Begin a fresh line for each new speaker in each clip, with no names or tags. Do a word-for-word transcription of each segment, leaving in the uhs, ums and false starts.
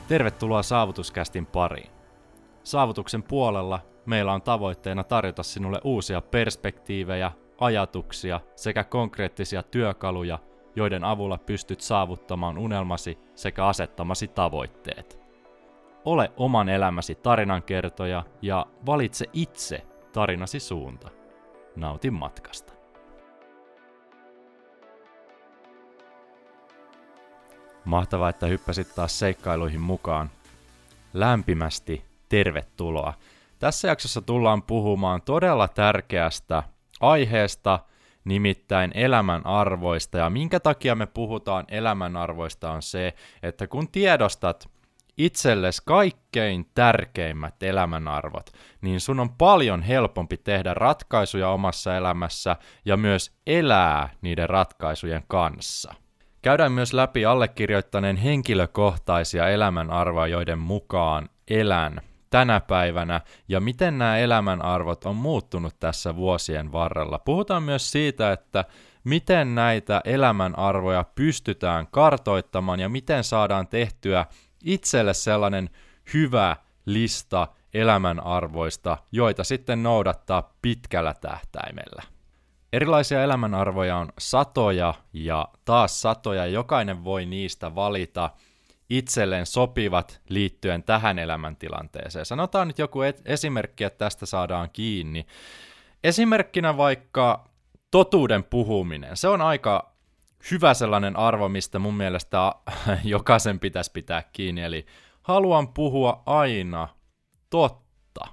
Tervetuloa Saavutuskästin pariin. Saavutuksen puolella meillä on tavoitteena tarjota sinulle uusia perspektiivejä, ajatuksia sekä konkreettisia työkaluja, joiden avulla pystyt saavuttamaan unelmasi sekä asettamasi tavoitteet. Ole oman elämäsi tarinankertoja ja valitse itse tarinasi suunta. Nauti matkasta. Mahtavaa, että hyppäsit taas seikkailuihin mukaan. Lämpimästi tervetuloa. Tässä jaksossa tullaan puhumaan todella tärkeästä aiheesta, nimittäin elämän arvoista. Ja minkä takia me puhutaan elämän arvoista on se, että kun tiedostat itsellesi kaikkein tärkeimmät elämän arvot, niin sun on paljon helpompi tehdä ratkaisuja omassa elämässä ja myös elää niiden ratkaisujen kanssa. Käydään myös läpi allekirjoittaneen henkilökohtaisia elämänarvoja, joiden mukaan elän tänä päivänä, ja miten nämä elämänarvot on muuttunut tässä vuosien varrella. Puhutaan myös siitä, että miten näitä elämänarvoja pystytään kartoittamaan ja miten saadaan tehtyä itselle sellainen hyvä lista elämänarvoista, joita sitten noudattaa pitkällä tähtäimellä. Erilaisia elämänarvoja on satoja ja taas satoja, ja jokainen voi niistä valita itselleen sopivat liittyen tähän elämäntilanteeseen. Sanotaan nyt joku et- esimerkki, että tästä saadaan kiinni. Esimerkkinä vaikka totuuden puhuminen. Se on aika hyvä sellainen arvo, mistä mun mielestä jokaisen pitäisi pitää kiinni, eli haluan puhua aina totta.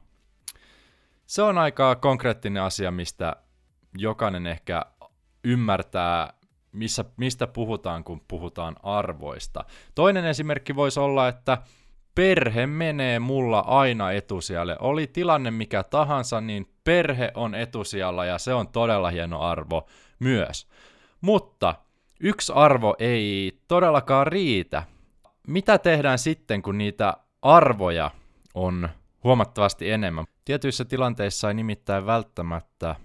Se on aika konkreettinen asia, mistä jokainen ehkä ymmärtää, missä, mistä puhutaan, kun puhutaan arvoista. Toinen esimerkki voisi olla, että perhe menee mulla aina etusijalle. Oli tilanne mikä tahansa, niin perhe on etusijalla ja se on todella hieno arvo myös. Mutta yksi arvo ei todellakaan riitä. Mitä tehdään sitten, kun niitä arvoja on huomattavasti enemmän? Tietyissä tilanteissa ei nimittäin välttämättä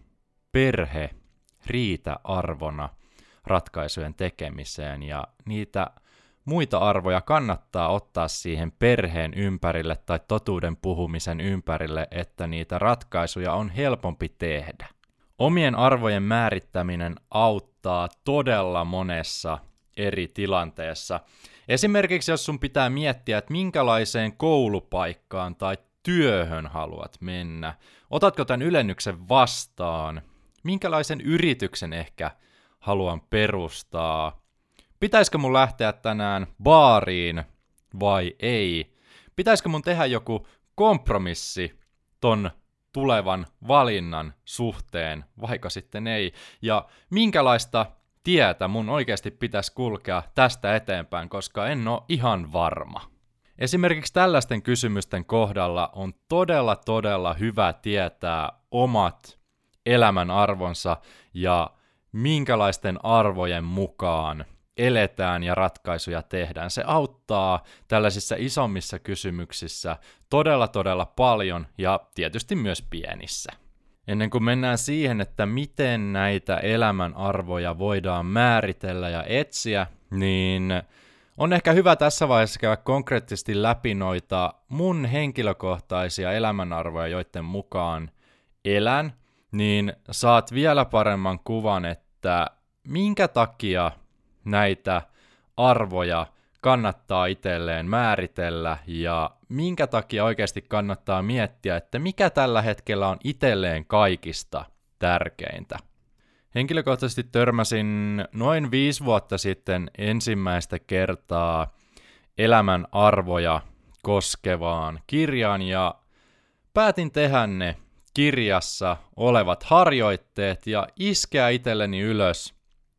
perhe riitä arvona ratkaisujen tekemiseen, ja niitä muita arvoja kannattaa ottaa siihen perheen ympärille tai totuuden puhumisen ympärille, että niitä ratkaisuja on helpompi tehdä. Omien arvojen määrittäminen auttaa todella monessa eri tilanteessa. Esimerkiksi jos sun pitää miettiä, että minkälaiseen koulupaikkaan tai työhön haluat mennä, otatko tämän ylennyksen vastaan, minkälaisen yrityksen ehkä haluan perustaa, pitäisikö mun lähteä tänään baariin vai ei, pitäisikö mun tehdä joku kompromissi ton tulevan valinnan suhteen, vaikka sitten ei, ja minkälaista tietä mun oikeasti pitäisi kulkea tästä eteenpäin, koska en ole ihan varma. Esimerkiksi tällaisten kysymysten kohdalla on todella todella hyvä tietää omat elämän arvonsa ja minkälaisten arvojen mukaan eletään ja ratkaisuja tehdään. Se auttaa tällaisissa isommissa kysymyksissä todella todella paljon ja tietysti myös pienissä. Ennen kuin mennään siihen, että miten näitä elämän arvoja voidaan määritellä ja etsiä, niin on ehkä hyvä tässä vaiheessa käydä konkreettisesti läpi noita mun henkilökohtaisia elämänarvoja, joiden mukaan elän, niin saat vielä paremman kuvan, että minkä takia näitä arvoja kannattaa itselleen määritellä ja minkä takia oikeasti kannattaa miettiä, että mikä tällä hetkellä on itselleen kaikista tärkeintä. Henkilökohtaisesti törmäsin noin viisi vuotta sitten ensimmäistä kertaa elämän arvoja koskevaan kirjaan ja päätin tehdä ne kirjassa olevat harjoitteet ja iskeä itselleni ylös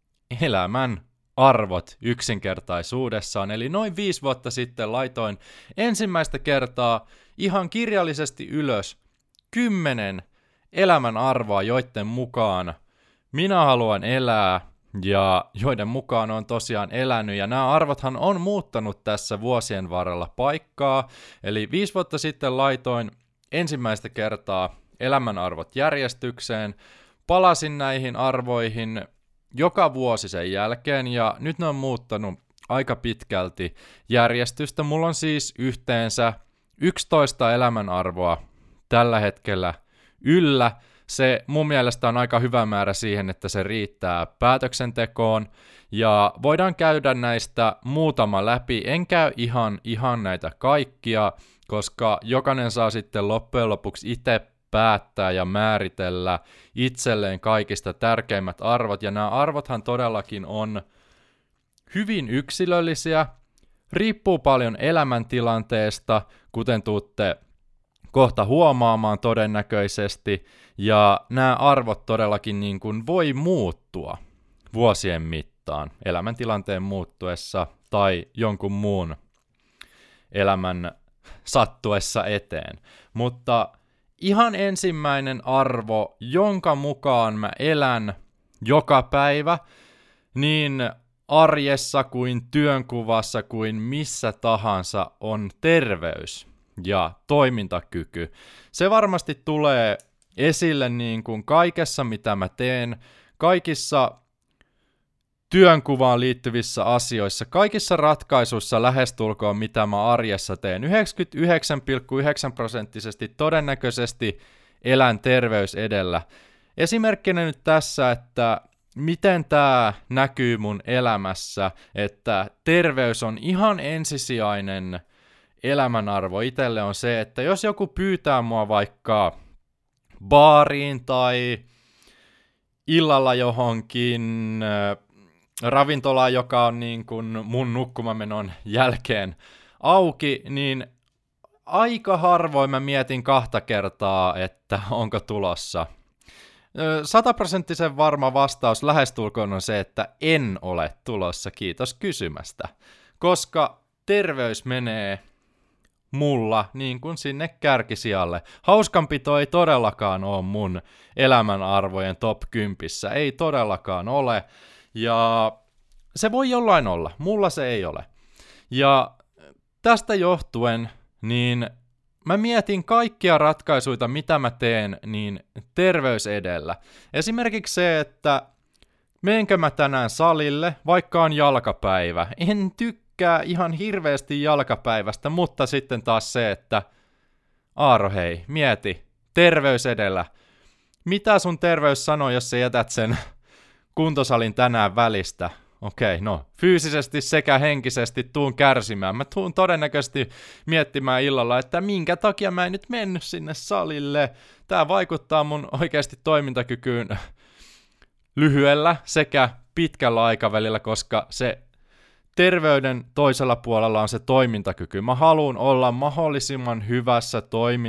elämän arvot yksinkertaisuudessaan. Eli noin viisi vuotta sitten laitoin ensimmäistä kertaa ihan kirjallisesti ylös kymmenen elämän arvoa, joiden mukaan minä haluan elää ja joiden mukaan on tosiaan elänyt. Ja nämä arvothan on muuttanut tässä vuosien varrella paikkaa. Eli viisi vuotta sitten laitoin ensimmäistä kertaa elämän arvot järjestykseen. Palasin näihin arvoihin joka vuosi sen jälkeen ja nyt ne on muuttanut aika pitkälti järjestystä. Mulla on siis yhteensä yksitoista elämänarvoa tällä hetkellä yllä. Se mun mielestä on aika hyvä määrä siihen, että se riittää päätöksentekoon. Ja voidaan käydä näistä muutama läpi. En käy ihan, ihan näitä kaikkia, koska jokainen saa sitten loppujen lopuksi itse päättää ja määritellä itselleen kaikista tärkeimmät arvot. Ja nämä arvothan todellakin on hyvin yksilöllisiä, riippuu paljon elämäntilanteesta, kuten tuutte kohta huomaamaan todennäköisesti, ja nämä arvot todellakin niin kuin voi muuttua vuosien mittaan elämäntilanteen muuttuessa tai jonkun muun elämän sattuessa eteen. Mutta ihan ensimmäinen arvo, jonka mukaan mä elän joka päivä, niin arjessa kuin työnkuvassa kuin missä tahansa on terveys ja toimintakyky. Se varmasti tulee esille niin kuin kaikessa, mitä mä teen, kaikissa työnkuvaan liittyvissä asioissa, kaikissa ratkaisuissa lähestulkoon, mitä mä arjessa teen. yhdeksänkymmentäyhdeksän pilkku yhdeksän prosenttisesti todennäköisesti elän terveys edellä. Esimerkkinä nyt tässä, että miten tämä näkyy mun elämässä, että terveys on ihan ensisijainen elämänarvo itselle on se, että jos joku pyytää mua vaikka baariin tai illalla johonkin ravintolaan, joka on niin kuin mun nukkumamenon jälkeen auki, niin aika harvoin mä mietin kahta kertaa, että onko tulossa. Sataprosenttisen varma vastaus lähestulkoon on se, että en ole tulossa, kiitos kysymästä, koska terveys menee mulla niin kuin sinne kärkisijalle. Hauskanpito ei todellakaan ole mun elämänarvojen top kympissä, ei todellakaan ole, ja se voi jollain olla, mulla se ei ole. Ja tästä johtuen, niin mä mietin kaikkia ratkaisuja, mitä mä teen, niin terveys edellä. Esimerkiksi se, että meenkö mä tänään salille, vaikka on jalkapäivä. En tykkää ihan hirveästi jalkapäivästä, mutta sitten taas se, että Aaro hei, mieti, terveys edellä. Mitä sun terveys sanoo, jos sä jätät sen kuntosalin tänään välistä? Okei, okay, no fyysisesti sekä henkisesti tuun kärsimään. Mä tuun todennäköisesti miettimään illalla, että minkä takia mä en nyt mennyt sinne salille. Tää vaikuttaa mun oikeasti toimintakykyyn lyhyellä sekä pitkällä aikavälillä, koska se terveyden toisella puolella on se toimintakyky. Mä haluan olla mahdollisimman hyvässä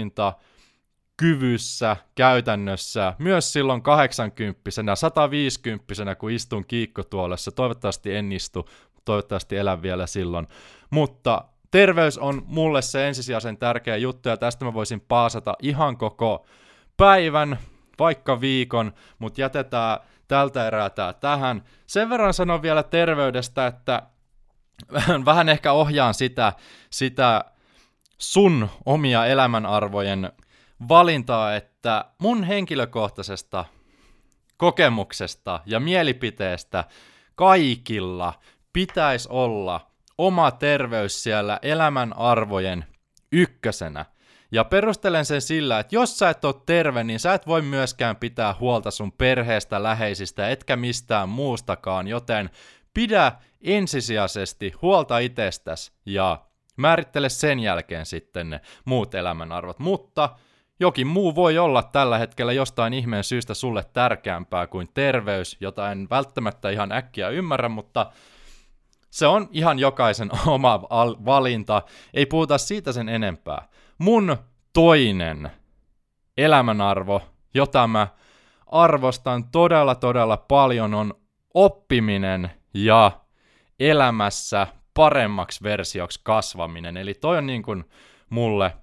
toimintakyvyssä käytännössä, myös silloin kahdeksankymppisenä, sataviisikymppisenä, kun istun kiikkotuolessa. Toivottavasti en istu, toivottavasti elän vielä silloin. Mutta terveys on mulle se ensisijaisen tärkeä juttu, ja tästä mä voisin paasata ihan koko päivän, vaikka viikon, mutta jätetään tältä erää tää tähän. Sen verran sanon vielä terveydestä, että vähän ehkä ohjaan sitä, sitä sun omia elämänarvojen valintaa, että mun henkilökohtaisesta kokemuksesta ja mielipiteestä kaikilla pitäisi olla oma terveys siellä elämänarvojen ykkösenä. Ja perustelen sen sillä, että jos sä et ole terve, niin sä et voi myöskään pitää huolta sun perheestä, läheisistä, etkä mistään muustakaan, joten pidä ensisijaisesti huolta itsestäsi ja määrittele sen jälkeen sitten ne muut elämänarvot. Mutta jokin muu voi olla tällä hetkellä jostain ihmeen syystä sulle tärkeämpää kuin terveys, jota en välttämättä ihan äkkiä ymmärrä, mutta se on ihan jokaisen oma valinta. Ei puhuta siitä sen enempää. Mun toinen elämänarvo, jota mä arvostan todella todella paljon, on oppiminen ja elämässä paremmaksi versioksi kasvaminen. Eli toi on niin kuin mulle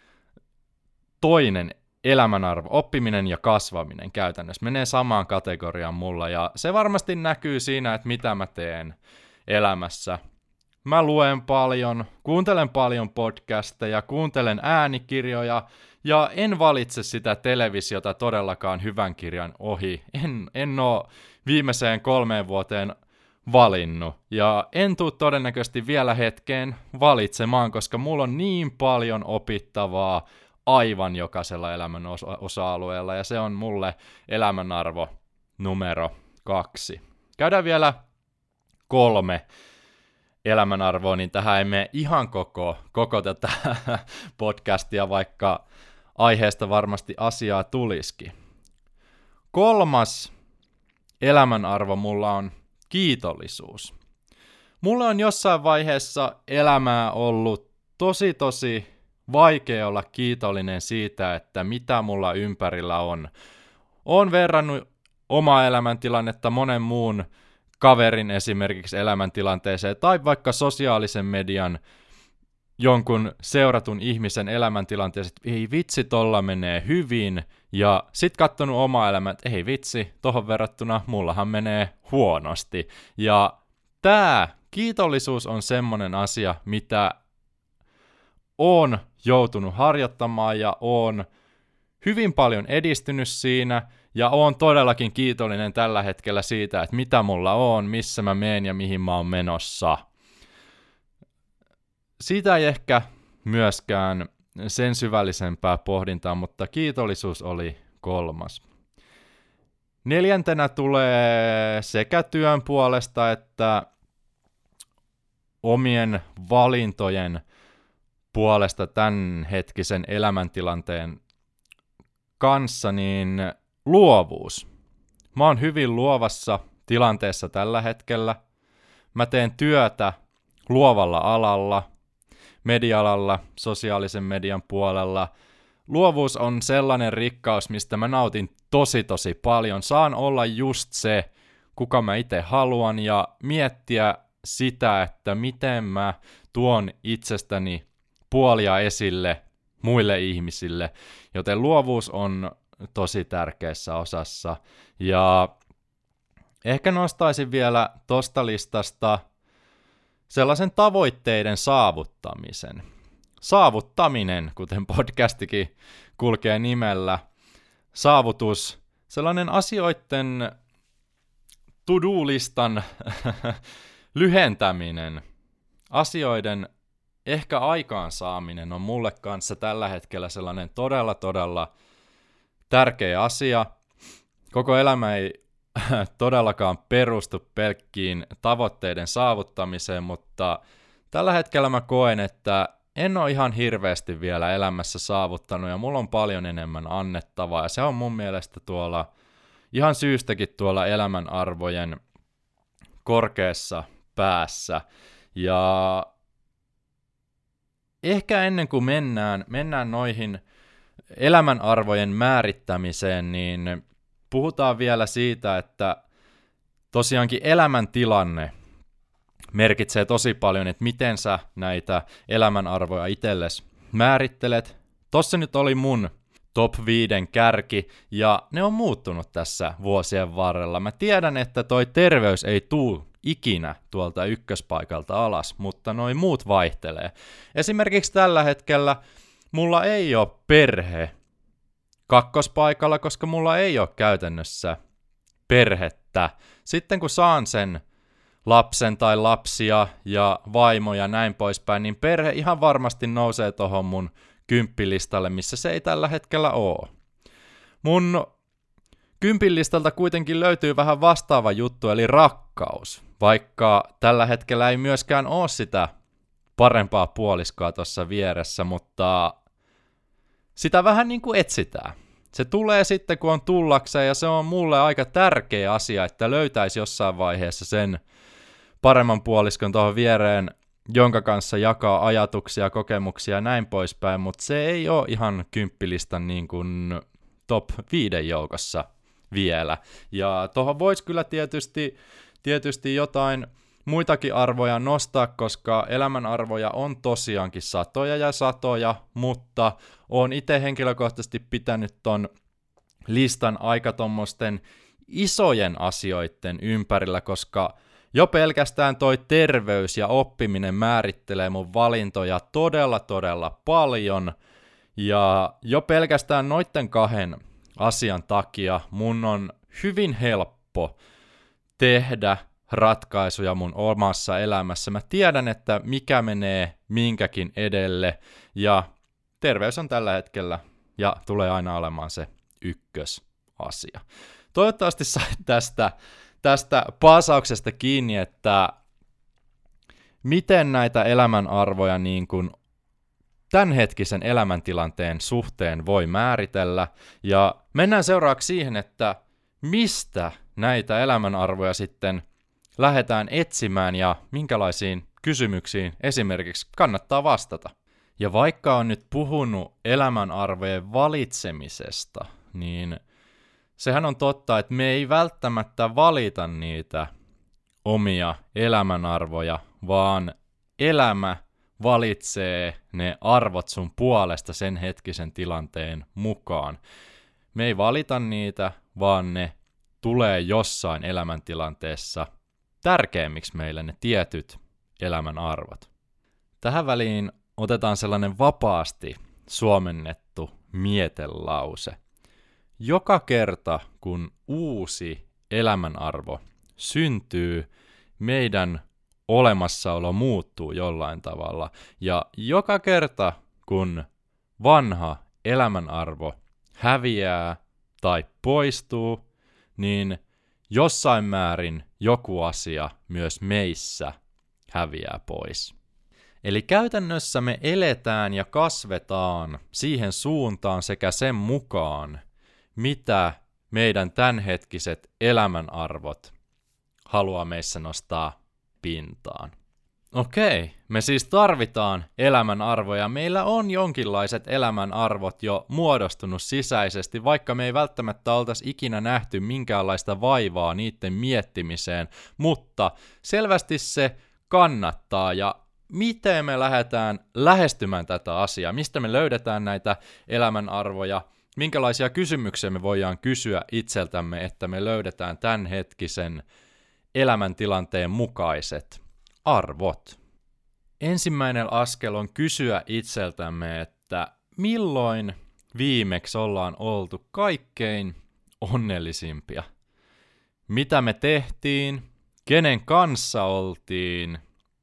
toinen elämänarvo, oppiminen ja kasvaminen käytännössä. Menee samaan kategoriaan mulla, ja se varmasti näkyy siinä, että mitä mä teen elämässä. Mä luen paljon, kuuntelen paljon podcasteja, kuuntelen äänikirjoja, ja en valitse sitä televisiota todellakaan hyvän kirjan ohi. En, en oo viimeiseen kolmeen vuoteen valinnut. Ja en tuu todennäköisesti vielä hetkeen valitsemaan, koska mulla on niin paljon opittavaa aivan jokaisella elämän osa- osa-alueella, ja se on mulle elämänarvo numero kaksi. Käydään vielä kolme elämänarvoa, niin tähän ei mene ihan koko, koko tätä podcastia, vaikka aiheesta varmasti asiaa tulisikin. Kolmas elämänarvo mulla on kiitollisuus. Mulla on jossain vaiheessa elämää ollut tosi tosi vaikea olla kiitollinen siitä, että mitä mulla ympärillä on. Oon verrannut omaa elämäntilannetta monen muun kaverin esimerkiksi elämäntilanteeseen tai vaikka sosiaalisen median jonkun seuratun ihmisen elämäntilanteeseen, että ei vitsi, tolla menee hyvin, ja sit kattonut omaa elämää, että ei vitsi, tohon verrattuna mullahan menee huonosti. Ja tää kiitollisuus on semmonen asia, mitä oon joutunut harjoittamaan ja oon hyvin paljon edistynyt siinä, ja oon todellakin kiitollinen tällä hetkellä siitä, että mitä mulla on, missä mä meen ja mihin mä oon menossa. Siitä ei ehkä myöskään sen syvällisempää pohdintaa, mutta kiitollisuus oli kolmas. Neljäntenä tulee sekä työn puolesta että omien valintojen puolesta tämänhetkisen elämäntilanteen kanssa, niin luovuus. Mä oon hyvin luovassa tilanteessa tällä hetkellä. Mä teen työtä luovalla alalla, media-alalla, sosiaalisen median puolella. Luovuus on sellainen rikkaus, mistä mä nautin tosi tosi paljon. Saan olla just se, kuka mä itse haluan, ja miettiä sitä, että miten mä tuon itsestäni puolia esille muille ihmisille, joten luovuus on tosi tärkeässä osassa. Ja ehkä nostaisin vielä tosta listasta sellaisen tavoitteiden saavuttamisen. Saavuttaminen, kuten podcastikin kulkee nimellä, saavutus, sellainen asioiden to-do-listan lyhentäminen, asioiden ehkä aikaansaaminen on mulle kanssa tällä hetkellä sellainen todella todella tärkeä asia. Koko elämä ei todellakaan perustu pelkkiin tavoitteiden saavuttamiseen, mutta tällä hetkellä mä koen, että en ole ihan hirveästi vielä elämässä saavuttanut ja mulla on paljon enemmän annettavaa, ja se on mun mielestä tuolla ihan syystäkin tuolla elämän arvojen korkeassa päässä. Ja ehkä ennen kuin mennään, mennään noihin elämän arvojen määrittämiseen, niin puhutaan vielä siitä, että tosiaankin elämäntilanne merkitsee tosi paljon, että miten sä näitä elämänarvoja itsellesi määrittelet. Tossa nyt oli mun top viiden kärki, ja ne on muuttunut tässä vuosien varrella. Mä tiedän, että toi terveys ei tuu ikinä tuolta ykköspaikalta alas, mutta noi muut vaihtelee. Esimerkiksi tällä hetkellä mulla ei ole perhe kakkospaikalla, koska mulla ei ole käytännössä perhettä. Sitten kun saan sen lapsen tai lapsia ja vaimoja näin poispäin, niin perhe ihan varmasti nousee tohon mun kymppilistalle, missä se ei tällä hetkellä oo. Mun kymppilistalta kuitenkin löytyy vähän vastaava juttu, eli rakkaus, vaikka tällä hetkellä ei myöskään oo sitä parempaa puoliskoa tuossa vieressä, mutta sitä vähän niin kuin etsitään. Se tulee sitten, kun on tullakseen, ja se on mulle aika tärkeä asia, että löytäisi jossain vaiheessa sen paremman puoliskon tuohon viereen, jonka kanssa jakaa ajatuksia, kokemuksia ja näin poispäin, mutta se ei ole ihan kymppilistan niin kuin top viiden joukossa vielä. Ja tuohon voisi kyllä tietysti, tietysti jotain muitakin arvoja nostaa, koska elämänarvoja on tosiaankin satoja ja satoja, mutta olen itse henkilökohtaisesti pitänyt ton listan aika tommosten isojen asioiden ympärillä, koska jo pelkästään toi terveys ja oppiminen määrittelee mun valintoja todella todella paljon, ja jo pelkästään noitten kahden asian takia mun on hyvin helppo tehdä ratkaisuja mun omassa elämässä. Mä tiedän, että mikä menee minkäkin edelle, ja terveys on tällä hetkellä ja tulee aina olemaan se ykkösasia. Toivottavasti sait tästä, tästä paasauksesta kiinni, että miten näitä elämänarvoja niin kuin tämänhetkisen elämäntilanteen suhteen voi määritellä, ja mennään seuraavaksi siihen, että mistä näitä elämänarvoja sitten lähdetään etsimään ja minkälaisiin kysymyksiin esimerkiksi kannattaa vastata. Ja vaikka on nyt puhunut elämänarvojen valitsemisesta, niin sehän on totta, että me ei välttämättä valita niitä omia elämänarvoja, vaan elämä valitsee ne arvot sun puolesta sen hetkisen tilanteen mukaan. Me ei valita niitä, vaan ne tulee jossain elämäntilanteessa tärkeimmiksi meille ne tietyt elämän arvot. Tähän väliin otetaan sellainen vapaasti suomennettu mietelause. Joka kerta, kun uusi elämänarvo syntyy, meidän olemassaolo muuttuu jollain tavalla. Ja joka kerta, kun vanha elämänarvo häviää tai poistuu, niin jossain määrin joku asia myös meissä häviää pois. Eli käytännössä me eletään ja kasvetaan siihen suuntaan sekä sen mukaan, mitä meidän tämänhetkiset elämänarvot haluaa meissä nostaa pintaan. Okei, me siis tarvitaan elämänarvoja. Meillä on jonkinlaiset elämänarvot jo muodostunut sisäisesti, vaikka me ei välttämättä oltaisi ikinä nähty minkäänlaista vaivaa niiden miettimiseen, mutta selvästi se kannattaa. Ja miten me lähdetään lähestymään tätä asiaa? Mistä me löydetään näitä elämänarvoja? Minkälaisia kysymyksiä me voidaan kysyä itseltämme, että me löydetään tämänhetkisen elämäntilanteen mukaiset arvot? Ensimmäinen askel on kysyä itseltämme, että milloin viimeksi ollaan oltu kaikkein onnellisimpia? Mitä me tehtiin? Kenen kanssa oltiin?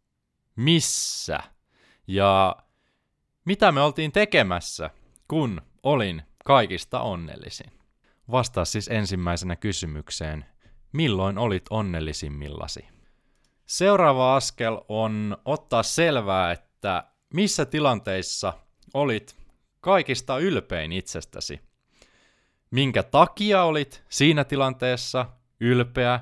Missä? Ja mitä me oltiin tekemässä, kun olin kaikista onnellisin? Vastaa siis ensimmäisenä kysymykseen, milloin olit onnellisimmillasi? Seuraava askel on ottaa selvää, että missä tilanteissa olit kaikista ylpein itsestäsi. Minkä takia olit siinä tilanteessa ylpeä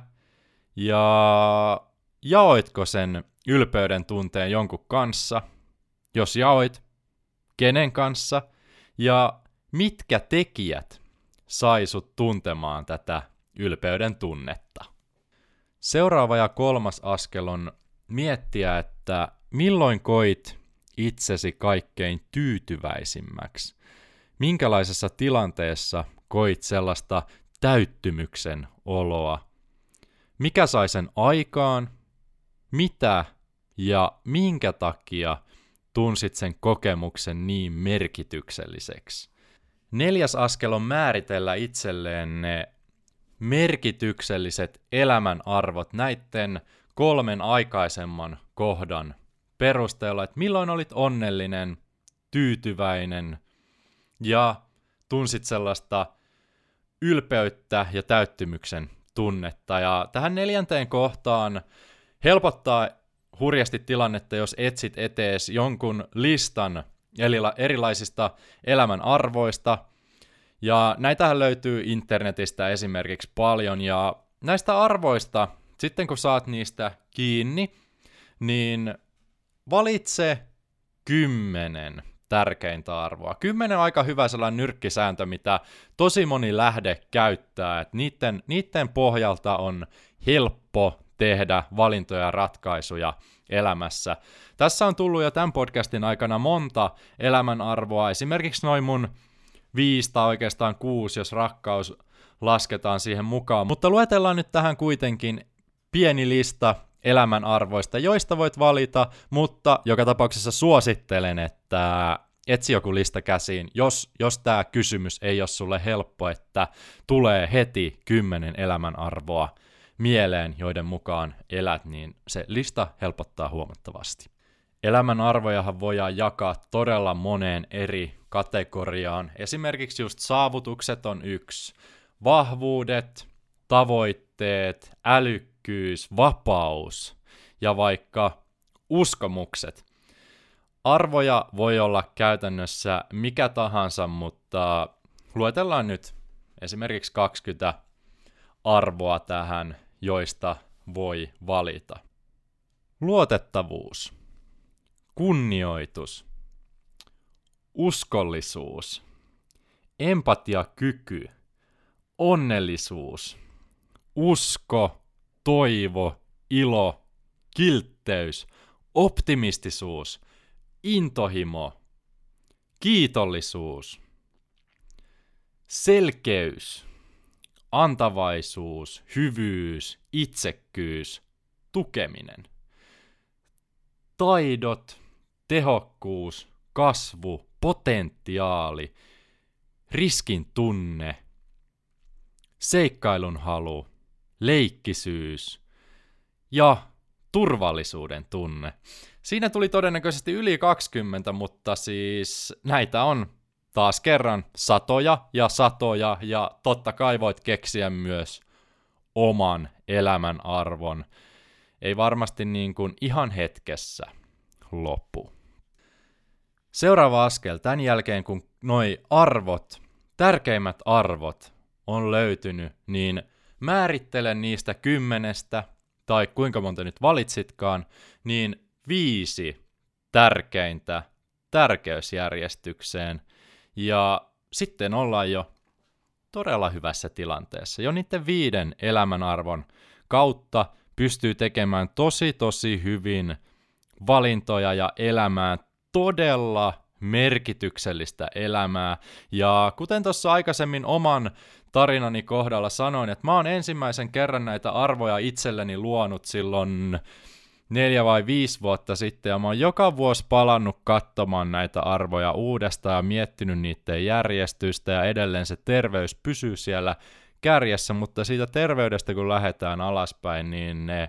ja jaoitko sen ylpeyden tunteen jonkun kanssa? Jos jaoit, kenen kanssa ja mitkä tekijät sai sut tuntemaan tätä ylpeyden tunnetta? Seuraava ja kolmas askel on miettiä, että milloin koit itsesi kaikkein tyytyväisimmäksi? Minkälaisessa tilanteessa koit sellaista täyttymyksen oloa? Mikä sai sen aikaan? Mitä ja minkä takia tunsit sen kokemuksen niin merkitykselliseksi? Neljäs askel on määritellä itselleen ne merkitykselliset elämänarvot näiden kolmen aikaisemman kohdan perusteella, että milloin olit onnellinen, tyytyväinen ja tunsit sellaista ylpeyttä ja täyttymyksen tunnetta. Ja tähän neljänteen kohtaan helpottaa hurjasti tilannetta, jos etsit etees jonkun listan erilaisista elämän arvoista. Ja näitähän löytyy internetistä esimerkiksi paljon, ja näistä arvoista, sitten kun saat niistä kiinni, niin valitse kymmenen tärkeintä arvoa. Kymmenen on aika hyvä sellainen nyrkkisääntö, mitä tosi moni lähde käyttää, että niiden, niiden pohjalta on helppo tehdä valintoja ja ratkaisuja elämässä. Tässä on tullut jo tämän podcastin aikana monta elämänarvoa, esimerkiksi noin mun viisi tai oikeastaan kuusi, jos rakkaus lasketaan siihen mukaan. Mutta luetellaan nyt tähän kuitenkin pieni lista elämänarvoista, joista voit valita, mutta joka tapauksessa suosittelen, että etsi joku lista käsiin, jos, jos tämä kysymys ei ole sulle helppo, että tulee heti kymmenen elämänarvoa mieleen, joiden mukaan elät, niin se lista helpottaa huomattavasti. Elämän arvojahan voidaan jakaa todella moneen eri kategoriaan. Esimerkiksi just saavutukset on yksi. Vahvuudet, tavoitteet, älykkyys, vapaus ja vaikka uskomukset. Arvoja voi olla käytännössä mikä tahansa, mutta luetellaan nyt esimerkiksi kaksikymmentä arvoa tähän, joista voi valita. Luotettavuus, kunnioitus, uskollisuus, empatiakyky, onnellisuus, usko, toivo, ilo, kiltteys, optimistisuus, intohimo, kiitollisuus, selkeys, antavaisuus, hyvyys, itsekkyys, tukeminen, taidot, tehokkuus, kasvu, potentiaali, riskin tunne, seikkailun halu, leikkisyys ja turvallisuuden tunne. Siinä tuli todennäköisesti yli kaksikymmentä, mutta siis näitä on taas kerran satoja ja satoja, ja totta kai voit keksiä myös oman elämän arvon. Ei varmasti niin kuin ihan hetkessä lopu. Seuraava askel tämän jälkeen, kun noi arvot, tärkeimmät arvot on löytynyt, niin määrittele niistä kymmenestä, tai kuinka monta nyt valitsitkaan, niin viisi tärkeintä tärkeysjärjestykseen. Ja sitten ollaan jo todella hyvässä tilanteessa. Jo niiden viiden elämänarvon kautta pystyy tekemään tosi tosi hyvin valintoja ja elämää todella merkityksellistä elämää. Ja kuten tuossa aikaisemmin oman tarinani kohdalla sanoin, että mä oon ensimmäisen kerran näitä arvoja itselleni luonut silloin neljä vai viisi vuotta sitten, ja mä oon joka vuosi palannut katsomaan näitä arvoja uudestaan ja miettinyt niiden järjestystä, ja edelleen se terveys pysyy siellä kärjessä, mutta siitä terveydestä kun lähdetään alaspäin, niin ne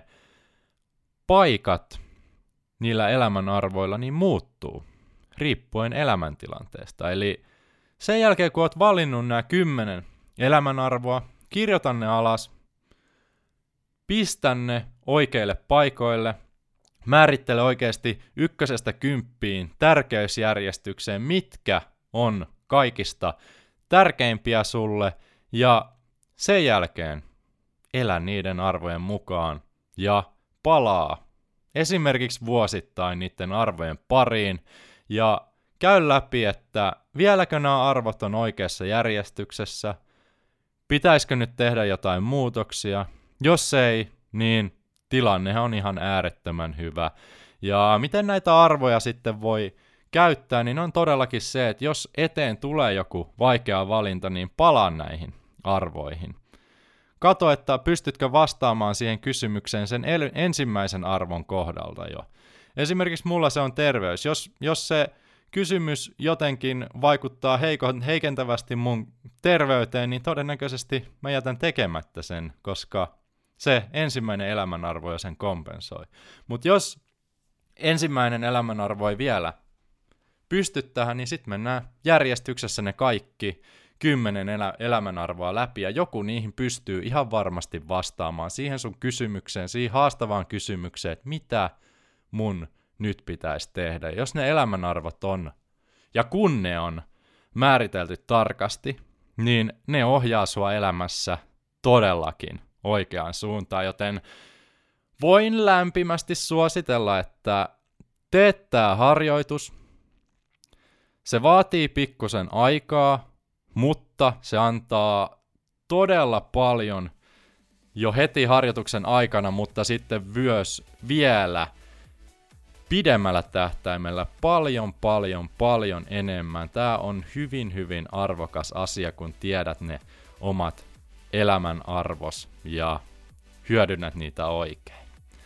paikat niillä elämänarvoilla niin muuttuu, riippuen elämäntilanteesta. Eli sen jälkeen, kun oot valinnut nämä kymmenen elämänarvoa, kirjoita ne alas, pistä ne oikeille paikoille, määrittele oikeasti ykkösestä kymppiin tärkeysjärjestykseen, mitkä on kaikista tärkeimpiä sulle, ja sen jälkeen elä niiden arvojen mukaan ja palaa esimerkiksi vuosittain niiden arvojen pariin ja käy läpi, että vieläkö nämä arvot on oikeassa järjestyksessä, pitäisikö nyt tehdä jotain muutoksia, jos ei, niin tilanne on ihan äärettömän hyvä. Ja miten näitä arvoja sitten voi käyttää, niin on todellakin se, että jos eteen tulee joku vaikea valinta, niin palaa näihin arvoihin. Kato, että pystytkö vastaamaan siihen kysymykseen sen el- ensimmäisen arvon kohdalta jo. Esimerkiksi mulla se on terveys. Jos, jos se kysymys jotenkin vaikuttaa heiko- heikentävästi mun terveyteen, niin todennäköisesti mä jätän tekemättä sen, koska se ensimmäinen elämänarvo jo sen kompensoi. Mutta jos ensimmäinen elämänarvo ei vielä pysty tähän, niin sitten mennään järjestyksessä ne kaikki kymmenen elä- elämänarvoa läpi, ja joku niihin pystyy ihan varmasti vastaamaan siihen sun kysymykseen, siihen haastavaan kysymykseen, että mitä mun nyt pitäisi tehdä. Jos ne elämänarvot on, ja kun ne on määritelty tarkasti, niin ne ohjaa sua elämässä todellakin oikeaan suuntaan, joten voin lämpimästi suositella, että teet tää harjoitus. Se vaatii pikkusen aikaa, mutta se antaa todella paljon jo heti harjoituksen aikana, mutta sitten myös vielä pidemmällä tähtäimellä paljon, paljon, paljon enemmän. Tää on hyvin, hyvin arvokas asia, kun tiedät ne omat elämän arvos ja hyödynnät niitä oikein.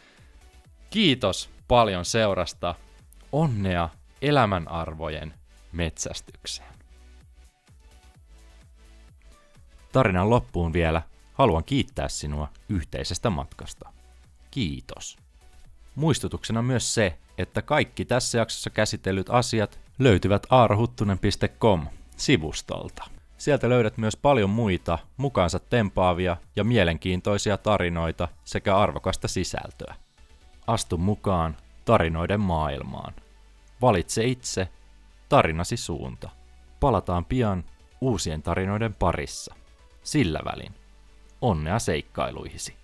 Kiitos paljon seurasta. Onnea elämän arvojen metsästykseen. Tarinan loppuun vielä haluan kiittää sinua yhteisestä matkasta. Kiitos. Muistutuksena myös se, että kaikki tässä jaksossa käsitellyt asiat löytyvät aarahuttunen piste com-sivustolta. Sieltä löydät myös paljon muita mukaansa tempaavia ja mielenkiintoisia tarinoita sekä arvokasta sisältöä. Astu mukaan tarinoiden maailmaan. Valitse itse tarinasi suunta. Palataan pian uusien tarinoiden parissa. Sillä välin onnea seikkailuihisi.